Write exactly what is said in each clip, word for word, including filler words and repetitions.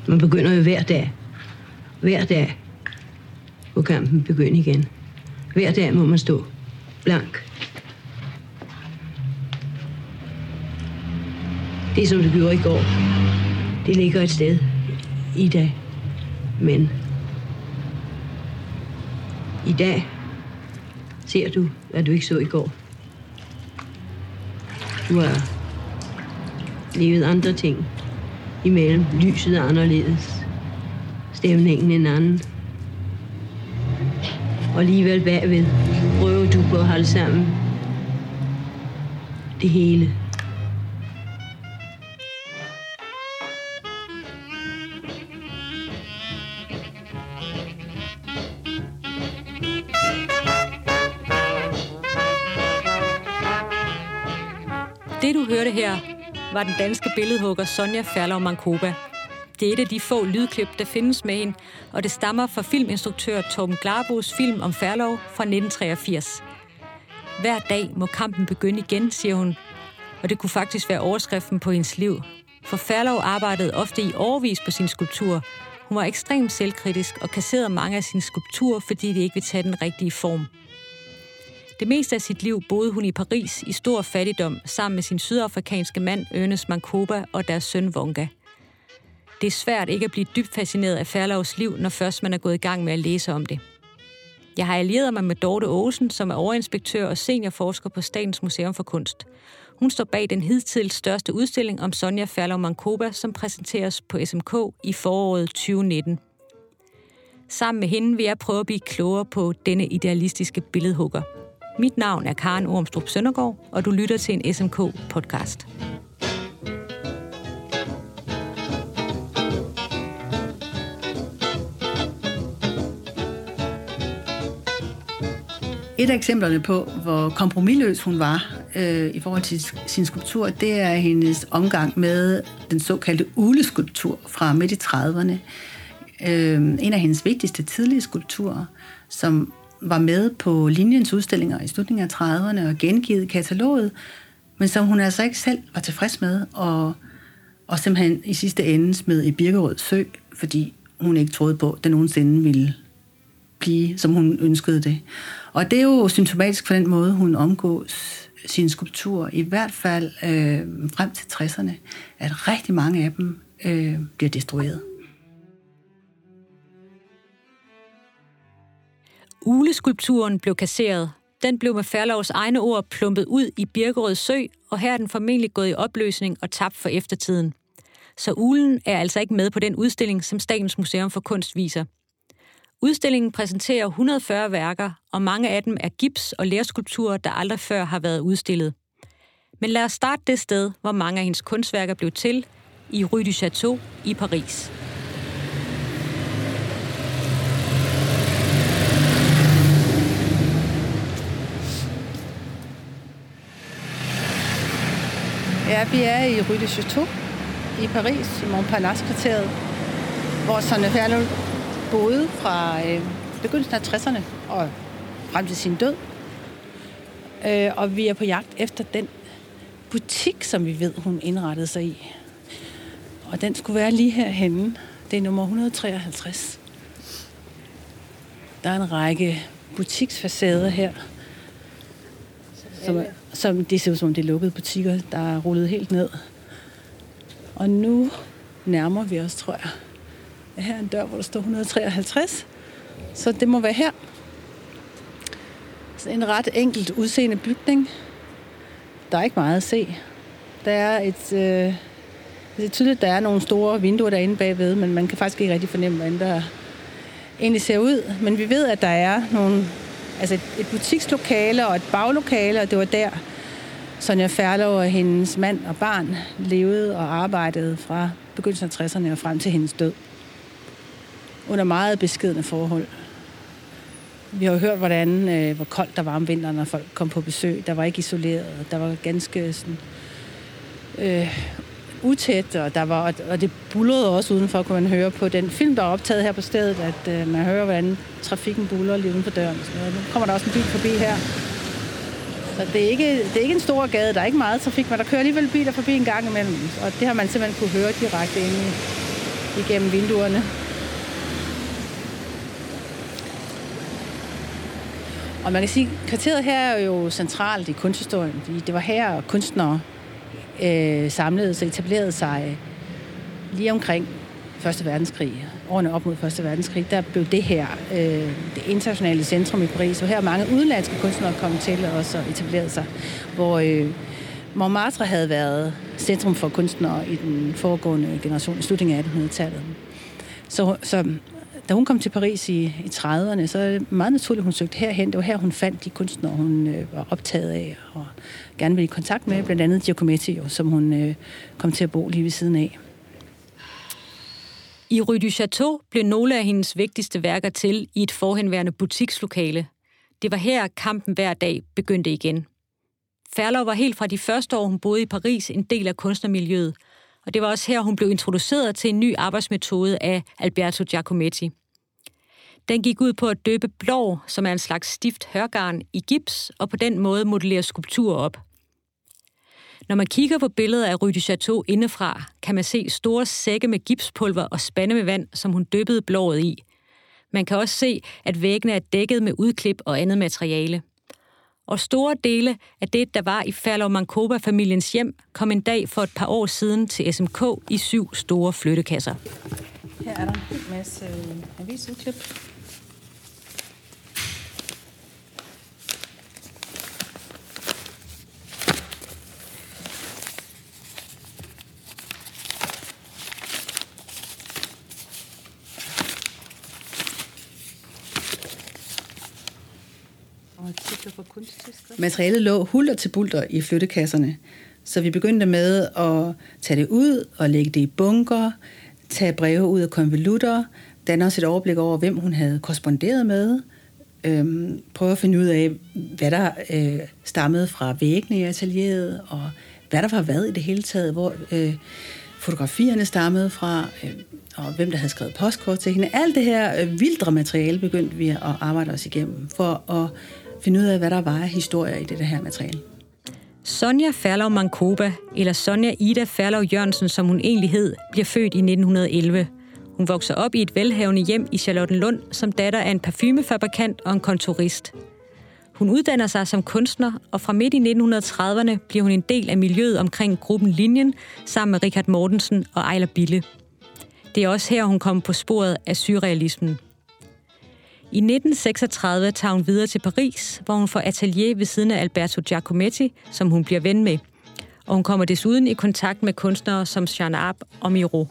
Man begynder jo hver dag. Hver dag må kampen begynde igen. Hver dag må man stå blank. Det, som du gjorde i går, det ligger et sted i dag. Men i dag ser du, hvad du ikke så i går. Du har levet andre ting imellem. Lyset er anderledes. Stemningen en anden. Og alligevel bagved prøver du på at holde sammen det hele. Det du hørte her, var den danske billedhugger Sonja Ferlov Mancoba. Det er et af de få lydklip, der findes med hende, og det stammer fra filminstruktør Torben Glarbos film om Ferlov fra nitten treogfirs. Hver dag må kampen begynde igen, siger hun, og det kunne faktisk være overskriften på hendes liv. For Ferlov arbejdede ofte i årevis på sin skulptur. Hun var ekstremt selvkritisk og kasserede mange af sine skulpturer, fordi de ikke ville tage den rigtige form. Det meste af sit liv boede hun i Paris i stor fattigdom sammen med sin sydafrikanske mand Ernest Mancoba og deres søn Wonga. Det er svært ikke at blive dybt fascineret af Ferlovs liv, når først man er gået i gang med at læse om det. Jeg har allieret mig med Dorte Aasen, som er overinspektør og seniorforsker på Statens Museum for Kunst. Hun står bag den hidtil største udstilling om Sonja Ferlov Mancoba, som præsenteres på S M K i foråret tyve nitten. Sammen med hende vil jeg prøve at blive klogere på denne idealistiske billedhugger. Mit navn er Karen Ormstrup Søndergaard, og du lytter til en S M K-podcast. Et af eksemplerne på, hvor kompromisløs hun var øh, i forhold til sin skulptur, det er hendes omgang med den såkaldte uleskulptur fra midt i trediverne. Øh, en af hendes vigtigste tidlige skulpturer, som var med på Linjens udstillinger i slutningen af trediverne og gengivet i kataloget, men som hun altså ikke selv var tilfreds med, og, og simpelthen i sidste ende smed i Birkerød Sø, fordi hun ikke troede på, at den nogensinde ville blive, som hun ønskede det. Og det er jo symptomatisk for den måde, hun omgås sin skulptur, i hvert fald øh, frem til tresserne, at rigtig mange af dem øh, bliver destrueret. Uleskulpturen blev kasseret. Den blev med Ferlovs egne ord plumpet ud i Birkerød Sø, og her er den formentlig gået i opløsning og tabt for eftertiden. Så ulen er altså ikke med på den udstilling, som Statens Museum for Kunst viser. Udstillingen præsenterer et hundrede og fyrre værker, og mange af dem er gips- og lerskulpturer, der aldrig før har været udstillet. Men lad os starte det sted, hvor mange af hendes kunstværker blev til, i Rue du Château i Paris. Ja, vi er i Rue du Château i Paris, i Montparnasse-kvarteret, hvor Sonja Ferlov boede fra øh, begyndelsen af tresserne og frem til sin død. Øh, og vi er på jagt efter den butik, som vi ved, hun indrettede sig i. Og den skulle være lige herhenne. Det er nummer et hundrede og treoghalvtreds. Der er en række butiksfacader her, som, som det ser ud som, det er lukkede butikker, der er rullet helt ned. Og nu nærmer vi os, tror jeg. Her er en dør, hvor der står et hundrede og treoghalvtreds. Så det må være her. Så en ret enkelt udseende bygning. Der er ikke meget at se. Der er et... Øh, det er tydeligt, at der er nogle store vinduer derinde bagved, men man kan faktisk ikke rigtig fornemme, hvordan der egentlig ser ud. Men vi ved, at der er nogle, altså et, et butikslokale og et baglokale, og det var der, Sonja Ferlov og hendes mand og barn levede og arbejdede fra begyndelsen af tresserne og frem til hendes død. Under meget beskedne forhold. Vi har jo hørt, hvordan, øh, hvor koldt der var om vinteren, når folk kom på besøg. Der var ikke isoleret, der var ganske sådan, øh, utæt, og, der var, og det bullrede også udenfor, kunne man høre på den film, der er optaget her på stedet, at øh, man hører, hvordan trafikken buller lige uden for døren. Så nu kommer der også en bil forbi her. Så det er, ikke, det er ikke en stor gade, der er ikke meget trafik, men der kører alligevel biler forbi en gang imellem, og det har man simpelthen kunne høre direkte inde i, igennem vinduerne. Og man kan sige, at kvarteret her er jo centralt i kunsthistorien, fordi det var her, kunstnere øh, samlede sig, etablerede sig lige omkring første verdenskrig. Årene op mod første verdenskrig, der blev det her øh, det internationale centrum i Paris, og her mange udenlandske kunstnere kom til også og etablerede sig, hvor øh, Montmartre havde været centrum for kunstnere i den foregående generation, i slutningen af attenhundredetallet. Så, så da hun kom til Paris i, i trediverne, så er det meget naturligt, hun søgte herhen. Det var her, hun fandt de kunstnere, hun øh, var optaget af og gerne ville i kontakt med, blandt andet Giacometti, som hun øh, kom til at bo lige ved siden af. I Rue du Château blev nogle af hendes vigtigste værker til i et forhenværende butikslokale. Det var her, kampen hver dag begyndte igen. Ferlov var helt fra de første år, hun boede i Paris, en del af kunstnermiljøet, og det var også her, hun blev introduceret til en ny arbejdsmetode af Alberto Giacometti. Den gik ud på at døbe blår, som er en slags stift hørgarn, i gips, og på den måde modellere skulpturer op. Når man kigger på billeder af Rue du Château indefra, kan man se store sække med gipspulver og spande med vand, som hun dyppede blåret i. Man kan også se, at væggene er dækket med udklip og andet materiale. Og store dele af det, der var i Ferlov-Mancoba-familiens hjem, kom en dag for et par år siden til S M K i syv store flyttekasser. Her er der en masse avisudklip. Materialet lå hulter til bulter i flyttekasserne, så vi begyndte med at tage det ud og lægge det i bunker, tage breve ud af konvolutter, danne os et overblik over, hvem hun havde korresponderet med, øhm, prøve at finde ud af, hvad der øh, stammede fra væggene i atelieret, og hvad der var hvad i det hele taget, hvor øh, fotografierne stammede fra, øh, og hvem der havde skrevet postkort til hende. Alt det her øh, vildre materiale begyndte vi at arbejde os igennem, for at finde ud af, hvad der var af historier i det her materiale. Sonja Ferlov-Mancoba, eller Sonja Ida Ferlov Jørgensen, som hun egentlig hed, bliver født i nitten elleve. Hun vokser op i et velhavende hjem i Charlottenlund som datter af en parfumefabrikant og en kontorist. Hun uddanner sig som kunstner, og fra midt i nitten trediverne bliver hun en del af miljøet omkring gruppen Linjen, sammen med Richard Mortensen og Ejler Bille. Det er også her, hun kommer på sporet af surrealismen. I nitten seksogtredive tager hun videre til Paris, hvor hun får atelier ved siden af Alberto Giacometti, som hun bliver ven med. Og hun kommer desuden i kontakt med kunstnere som Jean Arp og Miro.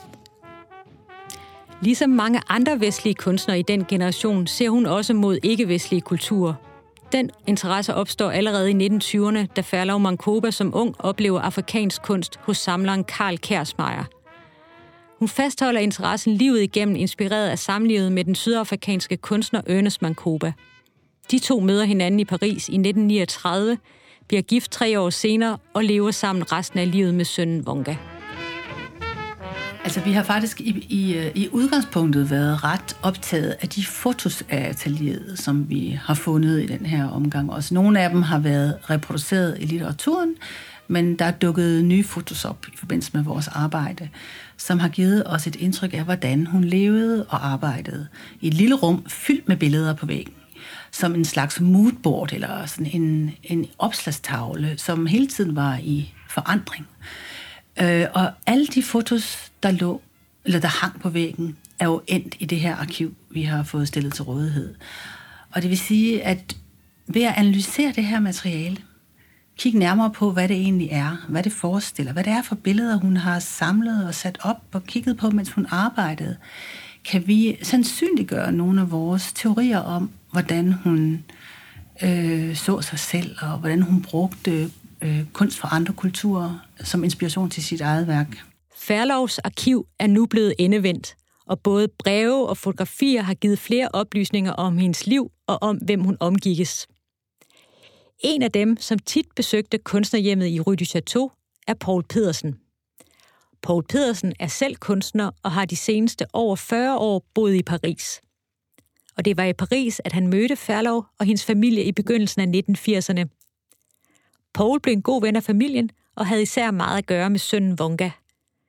Ligesom mange andre vestlige kunstnere i den generation, ser hun også mod ikke-vestlige kulturer. Den interesse opstår allerede i nitten tyverne, da Ferlov-Mancoba som ung oplever afrikansk kunst hos samleren Karl Kersmayer. Hun fastholder interessen livet igennem, inspireret af samlivet med den sydafrikanske kunstner Ernest Mancoba. De to møder hinanden i Paris i nitten niogtredive, bliver gift tre år senere og lever sammen resten af livet med sønnen Wonga. Altså, vi har faktisk i, i, i udgangspunktet været ret optaget af de fotos af atelieret, som vi har fundet i den her omgang. Også nogle af dem har været reproduceret i litteraturen, men der er dukket nye fotos op i forbindelse med vores arbejde, som har givet os et indtryk af, hvordan hun levede og arbejdede i et lille rum fyldt med billeder på væggen, som en slags moodboard eller sådan en, en opslagstavle, som hele tiden var i forandring. Øh, og alle de fotos, der lå, eller der hang på væggen, er jo endt i det her arkiv, vi har fået stillet til rådighed. Og det vil sige, at ved at analysere det her materiale, kigge nærmere på, hvad det egentlig er, hvad det forestiller, hvad det er for billeder, hun har samlet og sat op og kigget på, mens hun arbejdede, kan vi sandsynliggøre nogle af vores teorier om, hvordan hun øh, så sig selv, og hvordan hun brugte øh, kunst fra andre kulturer som inspiration til sit eget værk. Ferlovs arkiv er nu blevet endevendt, og både breve og fotografier har givet flere oplysninger om hendes liv og om, hvem hun omgikkes. En af dem, som tit besøgte kunstnerhjemmet i Rue du Château, er Poul Pedersen. Poul Pedersen er selv kunstner og har de seneste over fyrre år boet i Paris. Og det var i Paris, at han mødte Ferlov og hendes familie i begyndelsen af nitten firserne. Poul blev en god ven af familien og havde især meget at gøre med sønnen Wonga.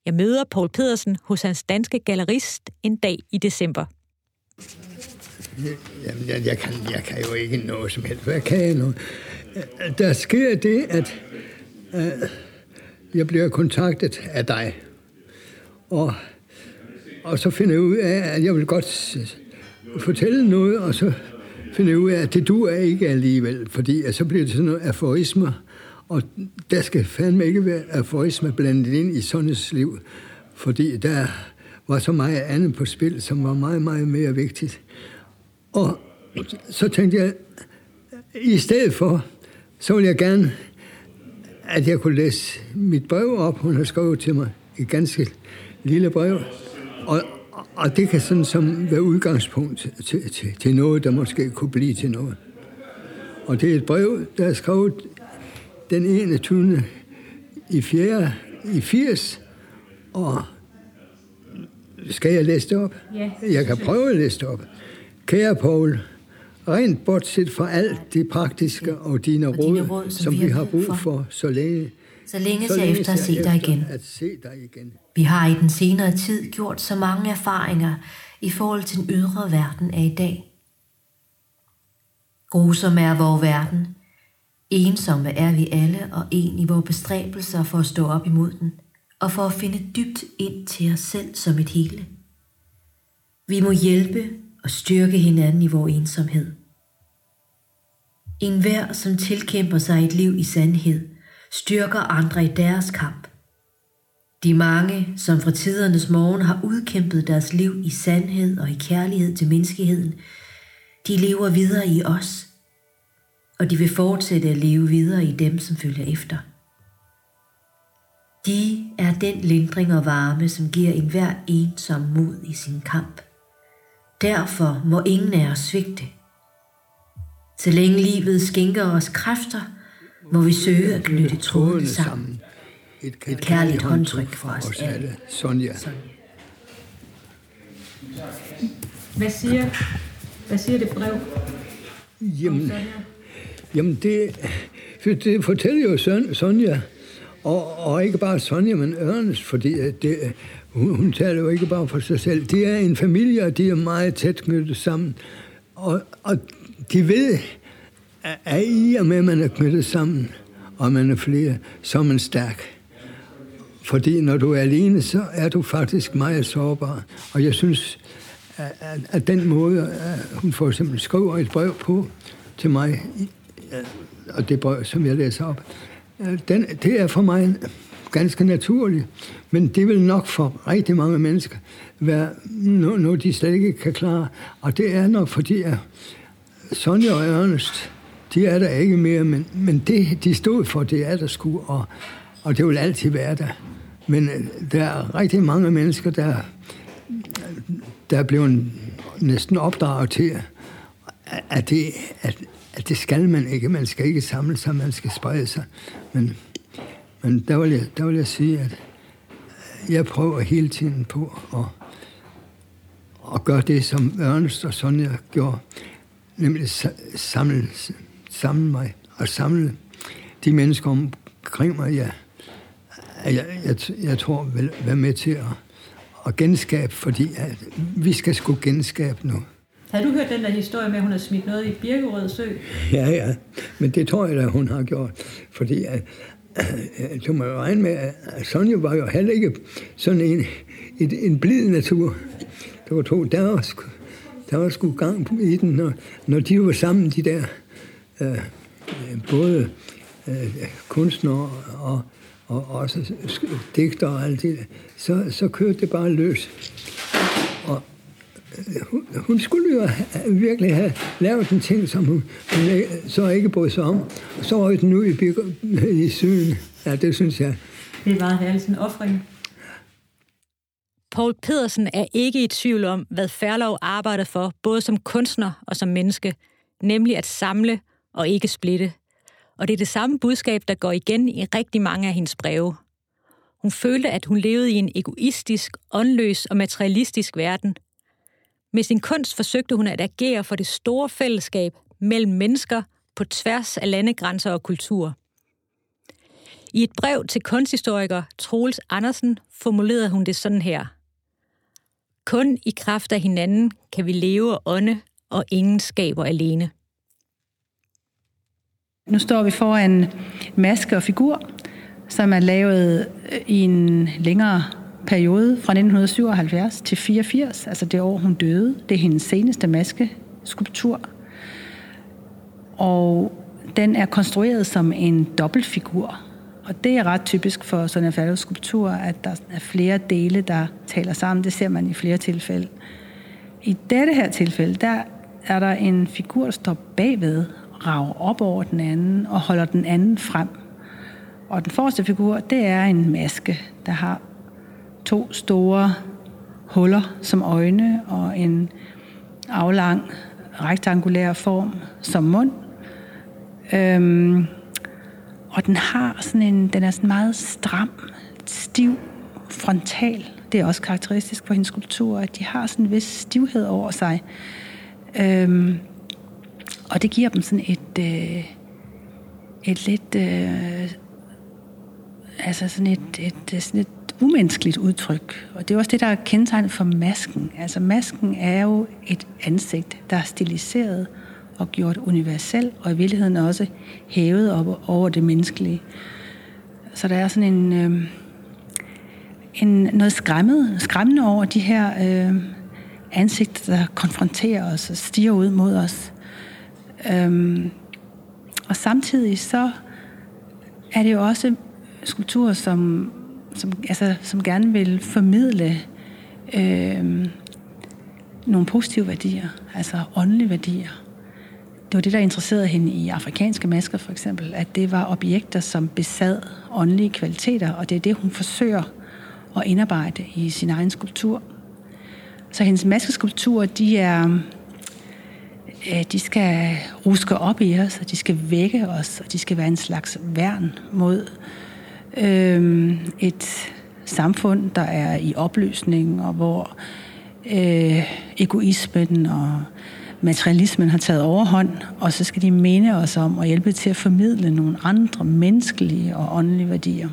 Jeg møder Poul Pedersen hos hans danske gallerist en dag i december. Jamen, jeg, jeg, kan, jeg kan jo ikke noget som helst. Hvad kan jeg nu? Der sker det, at uh, jeg bliver kontaktet af dig. Og, og så finder jeg ud af, at jeg vil godt fortælle noget, og så finder jeg ud af, at det du er ikke alligevel. Fordi at så bliver det sådan noget aforismer, og der skal fandme ikke være aforismer blandet ind i Sonjas liv. Fordi der var så meget andet på spil, som var meget, meget mere vigtigt. Og så tænkte jeg, i stedet for, så ville jeg gerne, at jeg kunne læse mit brev op. Hun har skrevet til mig et ganske lille brev. Og, og det kan sådan som være udgangspunkt til, til, til noget, der måske kunne blive til noget. Og det er et brev, der er skrevet den enogtyvende i fjerde i firs. Og skal jeg læse det op? Ja. Jeg kan prøve at læse det op. Kære Poul, rent bortset fra alt det praktiske og dine, og dine råd, råd, som, som vi har brug for, for så længe, så længe så jeg efter at se dig igen. At se dig igen. Vi har i den senere tid gjort så mange erfaringer i forhold til den ydre verden af i dag. Grusom er vor verden. Ensomme er vi alle og en i vores bestræbelser for at stå op imod den, og for at finde dybt ind til os selv som et hele. Vi må hjælpe og styrke hinanden i vores ensomhed. En hver, som tilkæmper sig et liv i sandhed, styrker andre i deres kamp. De mange, som fra tidernes morgen har udkæmpet deres liv i sandhed og i kærlighed til menneskeheden, de lever videre i os, og de vil fortsætte at leve videre i dem, som følger efter. De er den lindring og varme, som giver enhver ensom mod i sin kamp. Derfor må ingen af os svigte. Så længe livet skænker os kræfter, må vi søge at knytte trådene sammen. Et, et, et kærligt håndtryk fra os alle. Sonja. Hvad siger, hvad siger det brev? Jamen, jamen det, det fortæller jo Son, Sonja, og, og ikke bare Sonja, men Ernest, fordi det, hun, hun taler jo ikke bare for sig selv. Det er en familie, og de er meget tæt knyttet sammen. Og, og de ved, at i og med, at man er knyttet sammen, og man er flere, så er man stærk. Fordi når du er alene, så er du faktisk meget sårbar. Og jeg synes, at, at, at den måde, at hun for eksempel skriver et brev på til mig, og det brev, som jeg læser op, den, det er for mig ganske naturligt. Men det vil nok for rigtig mange mennesker være noget, noget de slet ikke kan klare. Og det er nok fordi, at Sonja og Ernest, de er der ikke mere, men, men det, de stod for, det er der sgu, og, og det vil altid være der. Men der er rigtig mange mennesker, der, der er blevet næsten opdraget til, at det, at, at det skal man ikke. Man skal ikke samle sig, man skal sprede sig. Men, men der, vil jeg, der vil jeg sige, at jeg prøver hele tiden på at, at gøre det, som Ernest og Sonja gjorde, nemlig samle, samle mig og samle de mennesker omkring mig, ja. Jeg, jeg, jeg tror vil være med til at, at genskabe, fordi at vi skal sgu genskabe nu. Har du hørt den der historie med, at hun har smidt noget i Birkerød Sø? Ja, ja, men det tror jeg da, hun har gjort. Fordi at, du må jo regne med, at Sonja var jo heller ikke sådan en, et, en blid natur. Der var to, der var sgu, der var sgu gang i den, når, når de var sammen, de der øh, både øh, kunstnere og og også digter og alt det, så, så kørte det bare løs. Og hun, hun skulle jo have, virkelig have lavet en ting, som hun, hun så ikke brød sig om. Og så røg den ud i, i syden. Ja, det synes jeg. Det var herligt en offring. Poul Pedersen er ikke i tvivl om, hvad Ferlov arbejder for, både som kunstner og som menneske, nemlig at samle og ikke splitte. Og det er det samme budskab, der går igen i rigtig mange af hendes breve. Hun følte, at hun levede i en egoistisk, åndløs og materialistisk verden. Med sin kunst forsøgte hun at agere for det store fællesskab mellem mennesker på tværs af landegrænser og kultur. I et brev til kunsthistoriker Troels Andersen formulerede hun det sådan her. Kun i kraft af hinanden kan vi leve og ånde, og ingen skaber alene. Nu står vi foran maske og figur, som er lavet i en længere periode fra nitten syvoghalvfjerds til fireogfirs, altså det år, hun døde. Det er hendes seneste maskeskulptur. Og den er konstrueret som en dobbeltfigur. Og det er ret typisk for Sonja Ferlov skulpturer, at der er flere dele, der taler sammen. Det ser man i flere tilfælde. I dette her tilfælde, der er der en figur, der står bagved, rager op over den anden og holder den anden frem. Og den forreste figur, det er en maske, der har to store huller som øjne og en aflang rektangulær form som mund. Øhm, og den har sådan en, den er sådan meget stram, stiv, frontal. Det er også karakteristisk for hendes skulpturer, at de har sådan en vis stivhed over sig. Øhm, og det giver dem sådan et, øh, et lidt, øh, altså sådan et, et, sådan et umenneskeligt udtryk. Og det er også det, der er kendetegnet for masken. Altså masken er jo et ansigt, der er stiliseret og gjort universel, og i virkeligheden også hævet op over det menneskelige. Så der er sådan en, øh, en noget skræmmende, skræmmende over de her øh, ansigter, der konfronterer os og stiger ud mod os. Øhm, og samtidig så er det jo også skulpturer, som, som, altså, som gerne vil formidle øh, nogle positive værdier, altså åndelige værdier. Det var det, der interesserede hende i afrikanske masker, for eksempel, at det var objekter, som besad åndelige kvaliteter, og det er det, hun forsøger at indarbejde i sin egen skulptur. Så hendes maskeskulpturer, de er, de skal ruske op i os, og de skal vække os, og de skal være en slags værn mod øh, et samfund, der er i opløsning, og hvor øh, egoismen og materialismen har taget overhånd, og så skal de minde os om at hjælpe til at formidle nogle andre menneskelige og åndelige værdier.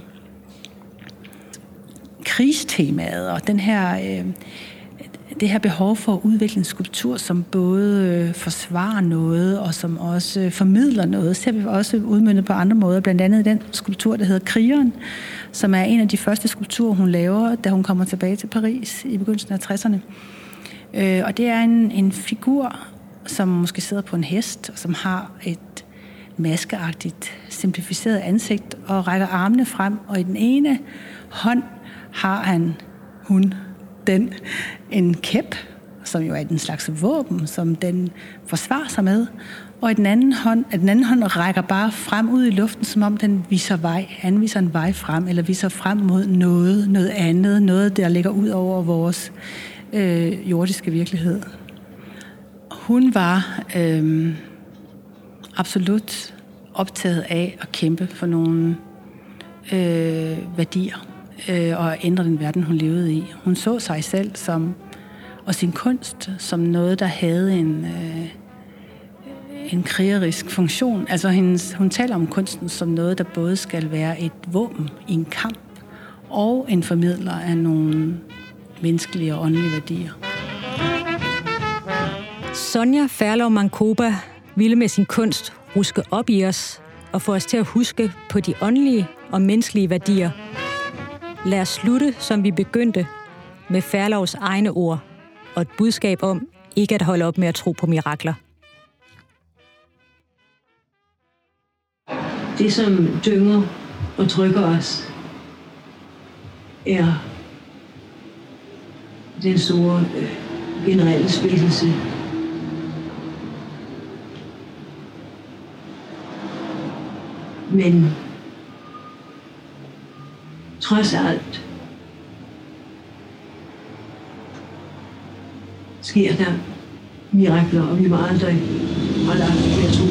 Krigstemaet og den her, øh, det her behov for at udvikle en skulptur, som både øh, forsvarer noget, og som også øh, formidler noget, ser vi også udmøntet på andre måder. Blandt andet den skulptur, der hedder Krigeren, som er en af de første skulpturer, hun laver, da hun kommer tilbage til Paris i begyndelsen af tresserne. Øh, og det er en, en figur, som måske sidder på en hest, og som har et maskeagtigt, simplificeret ansigt, og rækker armene frem, og i den ene hånd har han, hun, den, en kæp, som jo er en slags våben, som den forsvarer sig med, og i den anden hånd, at den anden hånd rækker bare frem ud i luften, som om den viser vej, anviser en vej frem, eller viser frem mod noget, noget andet, noget, der ligger ud over vores øh, jordiske virkelighed. Hun var øh, absolut optaget af at kæmpe for nogle øh, værdier øh, og ændre den verden, hun levede i. Hun så sig selv som, og sin kunst som noget, der havde en, øh, en krigerisk funktion. Altså hendes, hun taler om kunsten som noget, der både skal være et våben i en kamp og en formidler af nogle menneskelige og åndelige værdier. Sonja Ferlov Mancoba ville med sin kunst ruske op i os og få os til at huske på de åndelige og menneskelige værdier. Lad os slutte, som vi begyndte, med Ferlovs egne ord og et budskab om ikke at holde op med at tro på mirakler. Det, som tynger og trykker os, er den store øh, generelle splittelse. Men trods alt sker der mirakler, og vi må aldrig holde op med at tro